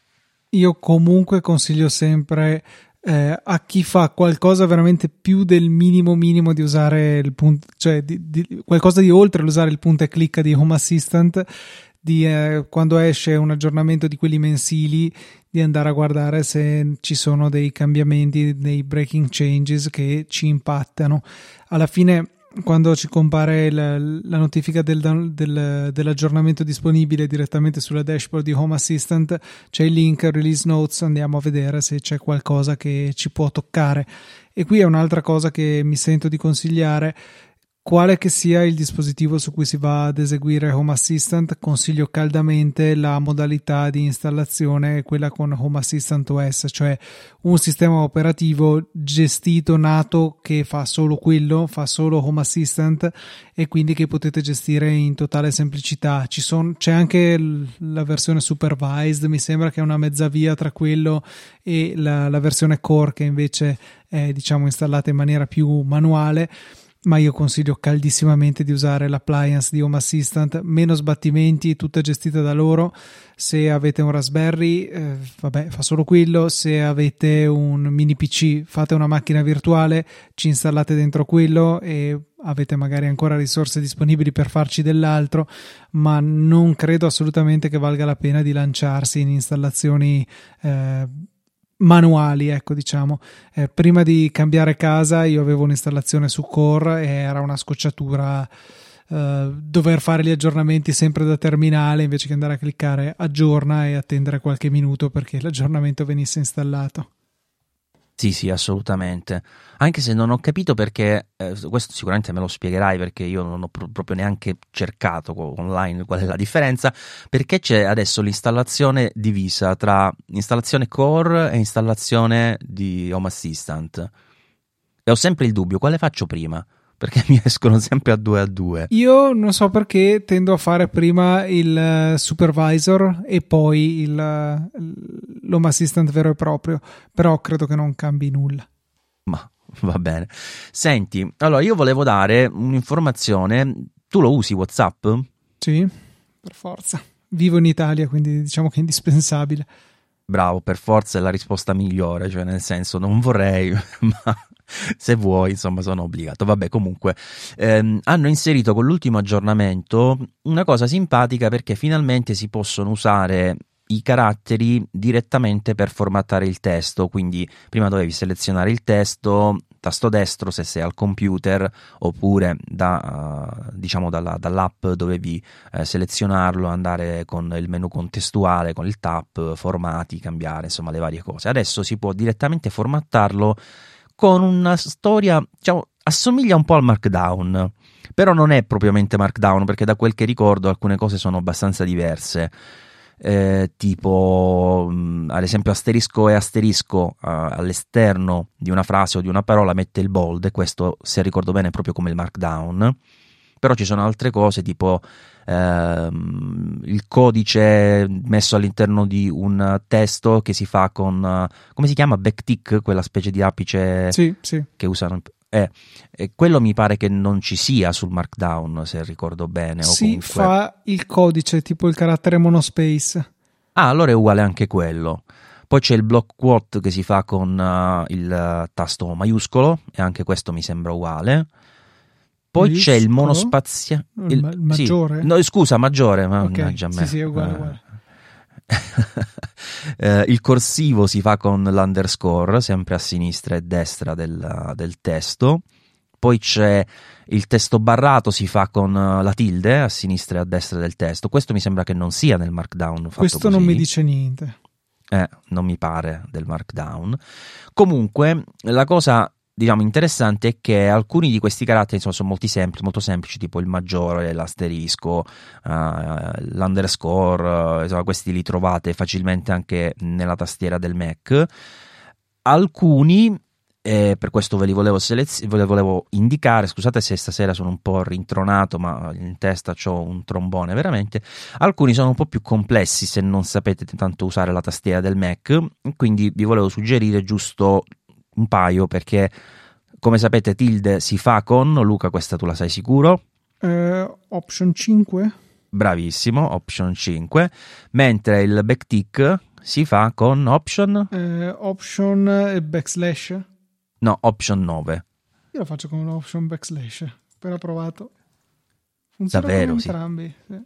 Io comunque consiglio sempre eh, a chi fa qualcosa veramente più del minimo minimo di usare il punto, cioè di, di, qualcosa di oltre l'usare il punta e clicca di Home Assistant, di eh, quando esce un aggiornamento di quelli mensili, di andare a guardare se ci sono dei cambiamenti, dei breaking changes che ci impattano. Alla fine, quando ci compare la, la notifica del, del, dell'aggiornamento disponibile direttamente sulla dashboard di Home Assistant, c'è il link Release Notes, andiamo a vedere se c'è qualcosa che ci può toccare. E qui è un'altra cosa che mi sento di consigliare. Quale che sia il dispositivo su cui si va ad eseguire Home Assistant, consiglio caldamente la modalità di installazione, quella con Home Assistant O S, cioè un sistema operativo gestito, nato, che fa solo quello, fa solo Home Assistant, e quindi che potete gestire in totale semplicità. Ci son, c'è anche l- la versione supervised, mi sembra che è una mezza via tra quello e la, la versione core, che invece è, diciamo, installata in maniera più manuale. Ma io consiglio caldissimamente di usare l'appliance di Home Assistant, meno sbattimenti, tutta gestita da loro. Se avete un Raspberry, eh, vabbè, fa solo quello. Se avete un mini P C, fate una macchina virtuale, ci installate dentro quello e avete magari ancora risorse disponibili per farci dell'altro, ma non credo assolutamente che valga la pena di lanciarsi in installazioni eh, manuali, ecco, diciamo. Eh, prima di cambiare casa io avevo un'installazione su Core e era una scocciatura eh, dover fare gli aggiornamenti sempre da terminale, invece che andare a cliccare aggiorna e attendere qualche minuto perché l'aggiornamento venisse installato. Sì, sì, assolutamente. Anche se non ho capito perché, eh, questo sicuramente me lo spiegherai, perché io non ho pro- proprio neanche cercato online qual è la differenza, perché c'è adesso l'installazione divisa tra installazione core e installazione di Home Assistant. E ho sempre il dubbio, quale faccio prima? Perché mi escono sempre a due a due. Io non so perché tendo a fare prima il supervisor e poi il, l'Home Assistant vero e proprio, però credo che non cambi nulla. Ma va bene. Senti, allora io volevo dare un'informazione. Tu lo usi WhatsApp? Sì, per forza. Vivo in Italia, quindi diciamo che è indispensabile. Bravo, per forza è la risposta migliore, cioè nel senso non vorrei, ma se vuoi, insomma, sono obbligato. Vabbè, comunque, ehm, hanno inserito con l'ultimo aggiornamento una cosa simpatica, perché finalmente si possono usare i caratteri direttamente per formattare il testo. Quindi prima dovevi selezionare il testo, tasto destro se sei al computer, oppure da, uh, diciamo dalla, dall'app dovevi eh, selezionarlo, andare con il menu contestuale, con il tab, formati, cambiare, insomma le varie cose. Adesso si può direttamente formattarlo con una storia, diciamo, assomiglia un po' al Markdown, però non è propriamente Markdown, perché da quel che ricordo alcune cose sono abbastanza diverse. Eh, tipo mh, ad esempio asterisco e asterisco uh, all'esterno di una frase o di una parola mette il bold, e questo, se ricordo bene, è proprio come il Markdown. però ci sono altre cose tipo ehm, il codice messo all'interno di un testo che si fa con, come si chiama, backtick, quella specie di apice sì, sì. che usano. Eh, e quello mi pare che non ci sia sul Markdown, se ricordo bene. O Si comunque... fa il codice, tipo il carattere monospace. Ah, allora è uguale anche quello. Poi c'è il block quote che si fa con uh, il tasto maiuscolo, e anche questo mi sembra uguale. Poi maiuscolo? C'è il monospaziale. Il, il, il maggiore? Sì. No, scusa, maggiore. Ma okay. Già sì, me. sì, è uguale, uh, uguale. eh, il corsivo si fa con l'underscore, sempre a sinistra e destra del, del testo. Poi c'è il testo barrato, si fa con la tilde a sinistra e a destra del testo. Questo mi sembra che non sia nel Markdown fatto Questo così. Non mi dice niente. Eh, non mi pare del Markdown. Comunque, la cosa, diciamo, interessante è che alcuni di questi caratteri insomma, sono molto semplici, molto semplici, tipo il maggiore, l'asterisco, uh, l'underscore, uh, insomma, questi li trovate facilmente anche nella tastiera del Mac. Alcuni, eh, per questo ve li volevo, selez- ve li volevo indicare, scusate se stasera sono un po' rintronato, ma in testa c'ho un trombone veramente. Alcuni sono un po' più complessi se non sapete tanto usare la tastiera del Mac, quindi vi volevo suggerire giusto un paio, perché come sapete tilde si fa con, Luca, questa tu la sai sicuro? Uh, option cinque? Bravissimo, option cinque, mentre il backtick si fa con option? Uh, option e backslash? No, option nove. Io lo faccio con l'option backslash, appena provato. Funziona davvero, con sì. entrambi. Sì.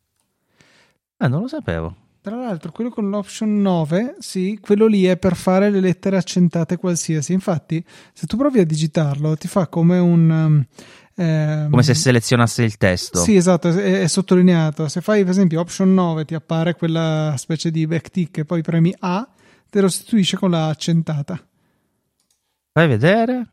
Ah, non lo sapevo. Tra l'altro, quello con l'option nove, sì, quello lì è per fare le lettere accentate qualsiasi. Infatti, se tu provi a digitarlo, ti fa come un... Um, ehm... come se selezionasse il testo. Sì, esatto, è, è sottolineato. Se fai, per esempio, option nove, ti appare quella specie di backtick e poi premi A, te lo sostituisce con la accentata. Fai vedere?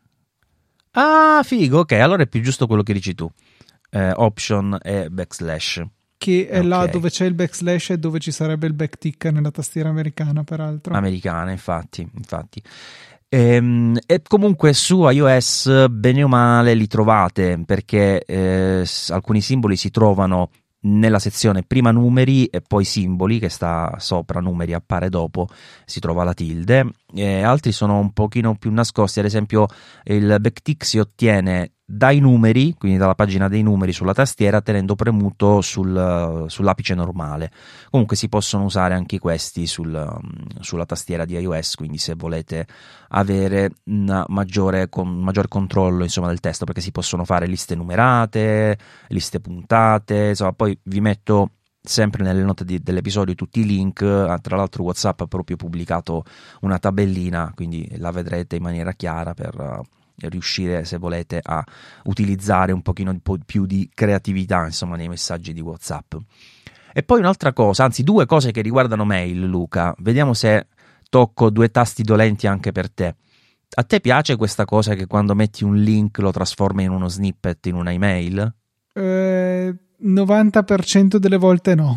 Ah, figo, ok, allora è più giusto quello che dici tu. Eh, option e backslash. Che è okay. Là dove c'è il backslash e dove ci sarebbe il backtick nella tastiera americana, peraltro. Americana, infatti, infatti. Ehm, e comunque su iOS, bene o male, li trovate, perché eh, alcuni simboli si trovano nella sezione prima numeri e poi simboli, che sta sopra numeri, appare dopo, si trova la tilde, e altri sono un pochino più nascosti. Ad esempio il backtick si ottiene dai numeri, quindi dalla pagina dei numeri sulla tastiera, tenendo premuto sul, sull'apice normale. Comunque si possono usare anche questi sul, sulla tastiera di iOS, quindi se volete avere un maggiore, con, maggior controllo insomma del testo, perché si possono fare liste numerate, liste puntate, insomma. Poi vi metto sempre nelle note di, dell'episodio tutti i link. Tra l'altro WhatsApp ha proprio pubblicato una tabellina, quindi la vedrete in maniera chiara per uh, riuscire, se volete, a utilizzare un pochino più di creatività insomma nei messaggi di WhatsApp. E poi un'altra cosa, anzi due cose che riguardano mail, Luca, vediamo se tocco due tasti dolenti anche per te. A te piace questa cosa che quando metti un link lo trasforma in uno snippet, in una email? Eh, novanta per cento delle volte no.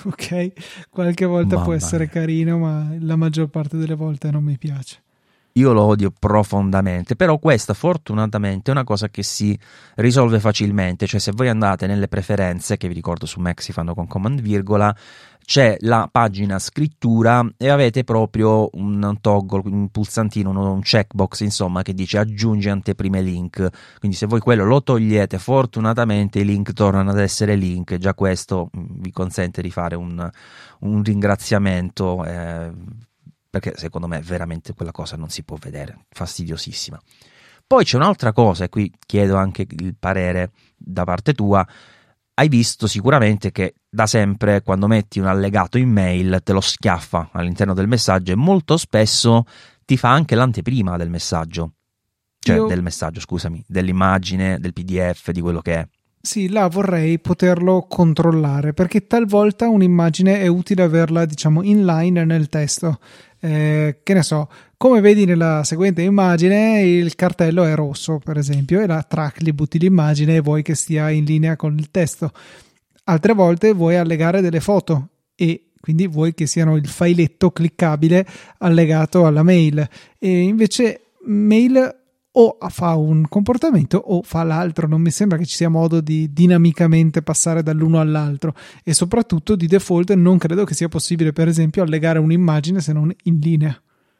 Ok, qualche volta Mamma può essere mia. carino, ma la maggior parte delle volte non mi piace. Io lo odio profondamente, però questa fortunatamente è una cosa che si risolve facilmente. Cioè, se voi andate nelle preferenze, che vi ricordo su Mac si fanno con command virgola, c'è la pagina scrittura e avete proprio un toggle, un pulsantino, un checkbox insomma, che dice aggiungi anteprime link. Quindi se voi quello lo togliete, fortunatamente i link tornano ad essere link. Già questo vi consente di fare un, un ringraziamento, eh, perché secondo me veramente quella cosa non si può vedere, fastidiosissima. Poi c'è un'altra cosa, e qui chiedo anche il parere da parte tua. Hai visto sicuramente che da sempre quando metti un allegato in mail te lo schiaffa all'interno del messaggio, e molto spesso ti fa anche l'anteprima del messaggio, cioè Io... del messaggio, scusami, dell'immagine, del P D F, di quello che è. Sì, là vorrei poterlo controllare, perché talvolta un'immagine è utile averla, diciamo, inline nel testo. Eh, che ne so, come vedi nella seguente immagine, il cartello è rosso, per esempio, e la track gli butti l'immagine e vuoi che stia in linea con il testo. Altre volte vuoi allegare delle foto e quindi vuoi che siano il filetto cliccabile allegato alla mail. E invece mail o fa un comportamento o fa l'altro. Non mi sembra che ci sia modo di dinamicamente passare dall'uno all'altro, e soprattutto di default non credo che sia possibile, per esempio, allegare un'immagine se non in linea.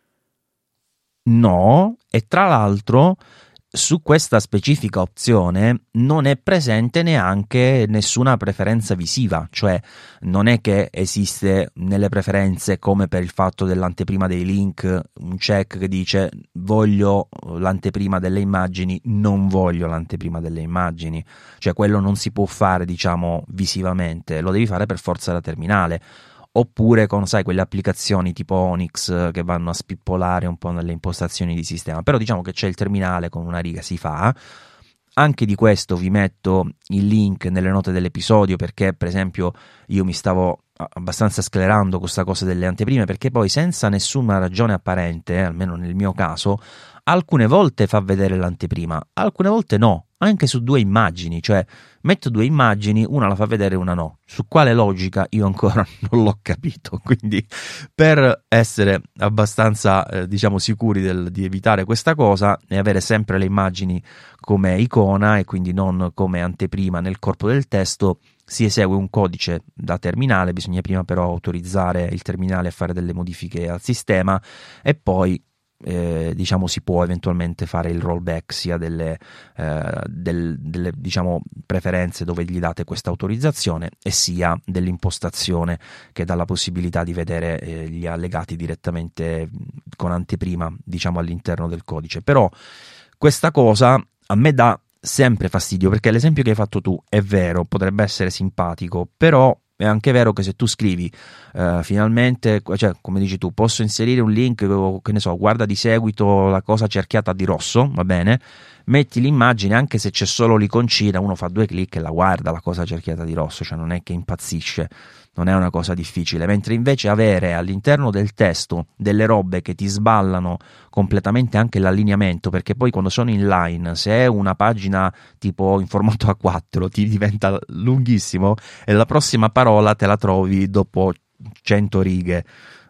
No, e tra l'altro su questa specifica opzione non è presente neanche nessuna preferenza visiva, cioè non è che esiste nelle preferenze, come per il fatto dell'anteprima dei link, un check che dice voglio l'anteprima delle immagini, non voglio l'anteprima delle immagini, cioè quello non si può fare, diciamo, visivamente, lo devi fare per forza da terminale. Oppure con, sai, quelle applicazioni tipo Onyx che vanno a spippolare un po' nelle impostazioni di sistema. Però diciamo che c'è il terminale, con una riga si fa. Anche di questo vi metto il link nelle note dell'episodio, perché per esempio io mi stavo abbastanza sclerando questa cosa delle anteprime, perché poi senza nessuna ragione apparente, almeno nel mio caso, alcune volte fa vedere l'anteprima, alcune volte no, anche su due immagini, cioè metto due immagini, una la fa vedere e una no. Su quale logica io ancora non l'ho capito, quindi per essere abbastanza eh, diciamo sicuri del, di evitare questa cosa e avere sempre le immagini come icona e quindi non come anteprima nel corpo del testo, si esegue un codice da terminale. Bisogna prima però autorizzare il terminale a fare delle modifiche al sistema e poi Eh, diciamo si può eventualmente fare il rollback sia delle, eh, del, delle diciamo preferenze dove gli date questa autorizzazione e sia dell'impostazione che dà la possibilità di vedere eh, gli allegati direttamente con anteprima, diciamo, all'interno del codice. Però questa cosa a me dà sempre fastidio, perché l'esempio che hai fatto tu è vero, potrebbe essere simpatico, però è anche vero che se tu scrivi uh, finalmente, cioè come dici tu, posso inserire un link, che ne so, guarda di seguito la cosa cerchiata di rosso, va bene, metti l'immagine, anche se c'è solo l'iconcina, uno fa due clic e la guarda la cosa cerchiata di rosso, cioè non è che impazzisce, non è una cosa difficile. Mentre invece avere all'interno del testo delle robe che ti sballano completamente anche l'allineamento, perché poi quando sono in line, se è una pagina tipo in formato A quattro ti diventa lunghissimo e la prossima parola te la trovi dopo cento righe.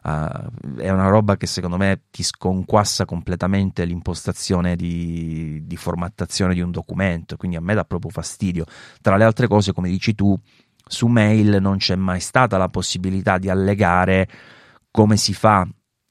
Uh, è una roba che secondo me ti sconquassa completamente l'impostazione di, di formattazione di un documento, quindi a me dà proprio fastidio. Tra le altre cose, come dici tu, su mail non c'è mai stata la possibilità di allegare, come si fa,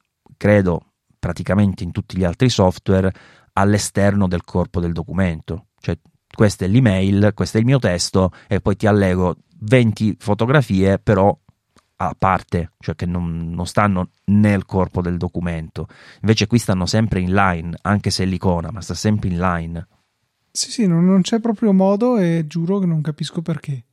credo, praticamente in tutti gli altri software, all'esterno del corpo del documento. Cioè, questa è l'email, questo è il mio testo e poi ti allego venti fotografie, però a parte, cioè che non, non stanno nel corpo del documento. Invece qui stanno sempre in line, anche se è l'icona, ma sta sempre in line. Sì, sì, non, non c'è proprio modo, e giuro che non capisco perché.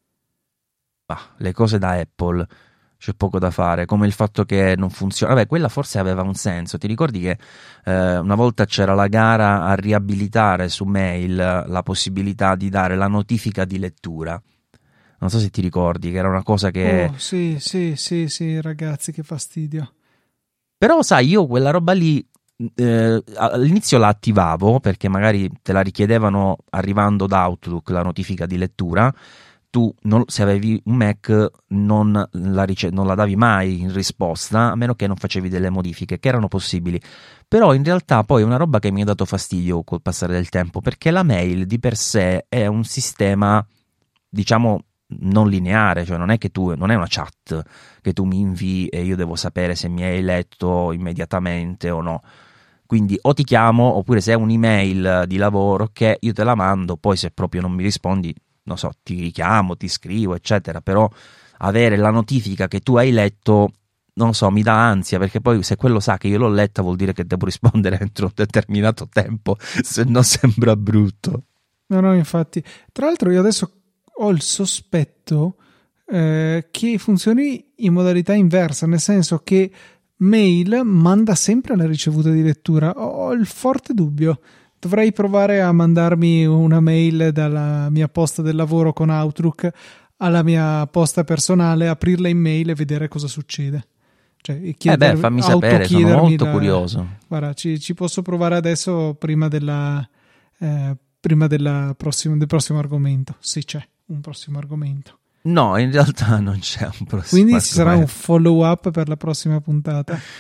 Ah, le cose da Apple, c'è poco da fare, come il fatto che non funziona. Vabbè, quella forse aveva un senso. Ti ricordi che eh, una volta c'era la gara a riabilitare su mail la possibilità di dare la notifica di lettura? Non so se ti ricordi, che era una cosa che... Oh, sì, sì, sì, sì, ragazzi, che fastidio. Però sai, io quella roba lì eh, all'inizio la attivavo, perché magari te la richiedevano arrivando da Outlook la notifica di lettura. Tu, non, se avevi un Mac, non la, rice- non la davi mai in risposta, a meno che non facevi delle modifiche, che erano possibili. Però in realtà poi è una roba che mi ha dato fastidio col passare del tempo, perché la mail di per sé è un sistema, diciamo, non lineare, cioè non è che tu, non è una chat che tu mi invii e io devo sapere se mi hai letto immediatamente o no. Quindi o ti chiamo, oppure se è un'email di lavoro che io te la mando, poi se proprio non mi rispondi, non so, ti richiamo, ti scrivo, eccetera. Però avere la notifica che tu hai letto, non so, mi dà ansia, perché poi se quello sa che io l'ho letta vuol dire che devo rispondere entro un determinato tempo, se no sembra brutto. No, no, infatti. Tra l'altro io adesso ho il sospetto eh, che funzioni in modalità inversa, nel senso che mail manda sempre la ricevuta di lettura. Ho il forte dubbio. Dovrei provare a mandarmi una mail dalla mia posta del lavoro con Outlook alla mia posta personale, aprirla in mail e vedere cosa succede. Cioè, eh beh, fammi sapere, sono molto la... curioso. Guarda, ci, ci posso provare adesso prima della eh, prima della prossima, del prossimo argomento, se c'è un prossimo argomento. No, in realtà non c'è un prossimo Quindi argomento. ci sarà un follow up per la prossima puntata.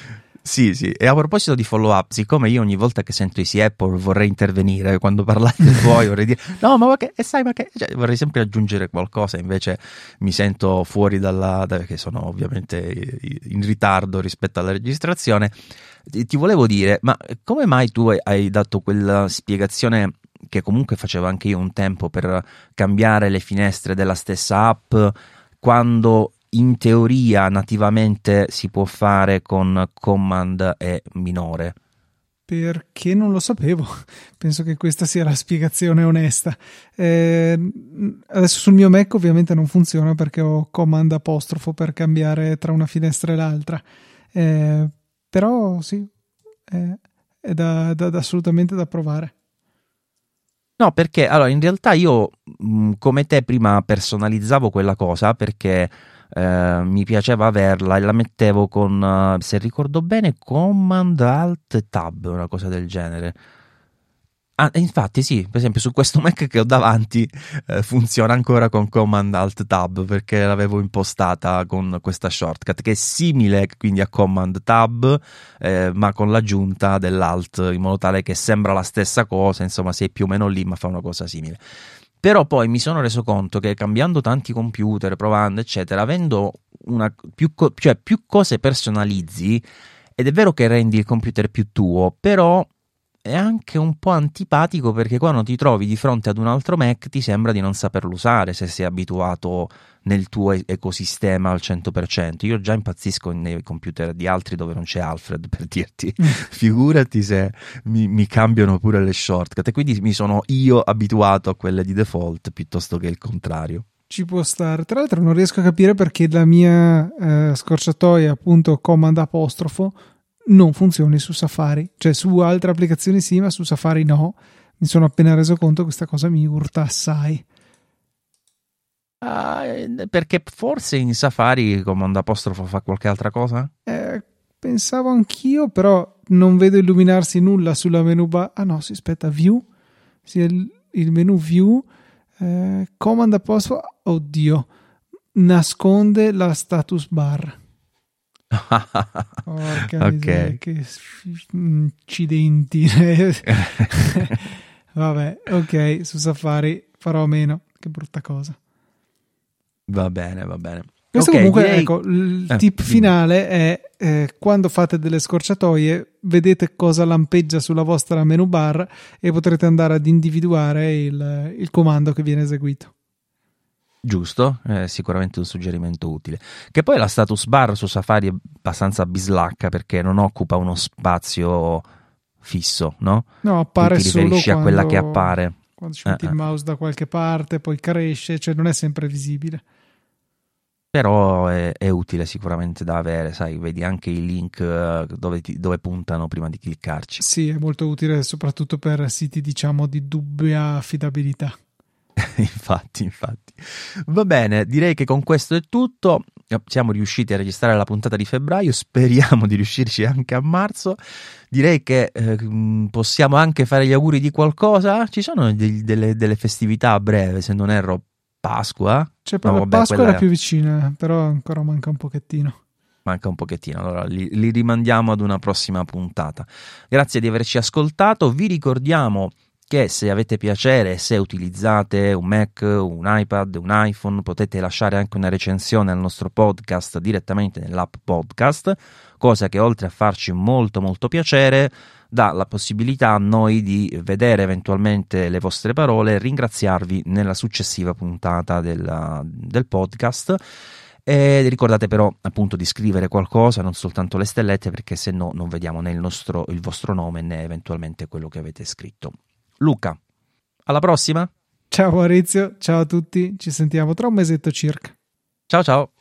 Sì, sì, e a proposito di follow up, siccome io ogni volta che sento Easy Apple vorrei intervenire, quando parlate voi vorrei dire no ma che, e sai ma che, cioè, vorrei sempre aggiungere qualcosa, invece mi sento fuori dalla, da, perché sono ovviamente in ritardo rispetto alla registrazione. Ti, ti volevo dire, ma come mai tu hai dato quella spiegazione che comunque facevo anche io un tempo per cambiare le finestre della stessa app, quando in teoria nativamente si può fare con Command e minore? Perché non lo sapevo. Penso che questa sia la spiegazione onesta. Eh, adesso sul mio Mac ovviamente non funziona perché ho Command apostrofo per cambiare tra una finestra e l'altra. Eh, però sì, eh, è da, da, da assolutamente da provare. No, perché allora in realtà io mh, come te prima personalizzavo quella cosa perché eh, mi piaceva averla e la mettevo con, uh, se ricordo bene, Command Alt Tab, una cosa del genere. Ah, infatti sì, per esempio su questo Mac che ho davanti eh, funziona ancora con Command Alt Tab perché l'avevo impostata con questa shortcut che è simile quindi a Command Tab eh, ma con l'aggiunta dell'Alt in modo tale che sembra la stessa cosa, insomma sei più o meno lì ma fa una cosa simile. Però poi mi sono reso conto che cambiando tanti computer, provando eccetera, avendo una, più, co- cioè, più cose personalizzi, ed è vero che rendi il computer più tuo, però è anche un po' antipatico perché quando ti trovi di fronte ad un altro Mac ti sembra di non saperlo usare se sei abituato nel tuo ecosistema al cento per cento. Io già impazzisco nei computer di altri dove non c'è Alfred, per dirti, figurati se mi, mi cambiano pure le shortcut, e quindi mi sono io abituato a quelle di default piuttosto che il contrario. Ci può stare. Tra l'altro non riesco a capire perché la mia eh, scorciatoia, appunto Command apostrofo, non funzioni su Safari. Cioè su altre applicazioni sì, ma su Safari no. Mi sono appena reso conto che questa cosa mi urta assai. Uh, perché forse in Safari Command apostrofo fa qualche altra cosa? Eh, pensavo anch'io, però non vedo illuminarsi nulla sulla menu bar. Ah no, si aspetta, view. Sì, il, il menu view. Eh, Command apostrofo. Oddio. Nasconde la status bar. Porca ok, miseria, che incidenti. Vabbè, ok, su Safari farò a meno. Che brutta cosa. Va bene, va bene. Questo okay, comunque, direi... ecco, il eh, tip dimmi. finale è eh, quando fate delle scorciatoie, vedete cosa lampeggia sulla vostra menu bar e potrete andare ad individuare il, il comando che viene eseguito. Giusto, è sicuramente un suggerimento utile. Che poi la status bar su Safari è abbastanza bislacca perché non occupa uno spazio fisso, no? No, appare tu ti solo riferisci quando, a quella che appare. quando ci metti Eh, il mouse da qualche parte, poi cresce, cioè non è sempre visibile. Però è, è utile sicuramente da avere, sai, vedi anche i link eh, dove, ti, dove puntano prima di cliccarci. Sì, è molto utile soprattutto per siti, diciamo, di dubbia affidabilità. infatti, infatti. Va bene, direi che con questo è tutto. Siamo riusciti a registrare la puntata di febbraio, speriamo di riuscirci anche a marzo. Direi che eh, possiamo anche fare gli auguri di qualcosa. Ci sono dei, delle, delle festività a breve, se non erro, Pasqua? Cioè, No, per vabbè, Pasqua quella era più vicina, però ancora manca un pochettino. manca un pochettino, allora li, li rimandiamo ad una prossima puntata. Grazie di averci ascoltato, vi ricordiamo che se avete piacere, se utilizzate un Mac, un iPad, un iPhone, potete lasciare anche una recensione al nostro podcast direttamente nell'app podcast, cosa che oltre a farci molto molto piacere dà la possibilità a noi di vedere eventualmente le vostre parole e ringraziarvi nella successiva puntata della, del podcast. E ricordate però appunto di scrivere qualcosa, non soltanto le stellette, perché se no non vediamo né il, nostro, il vostro nome né eventualmente quello che avete scritto. Luca, alla prossima. Ciao Maurizio, ciao a tutti, ci sentiamo tra un mesetto circa. Ciao ciao.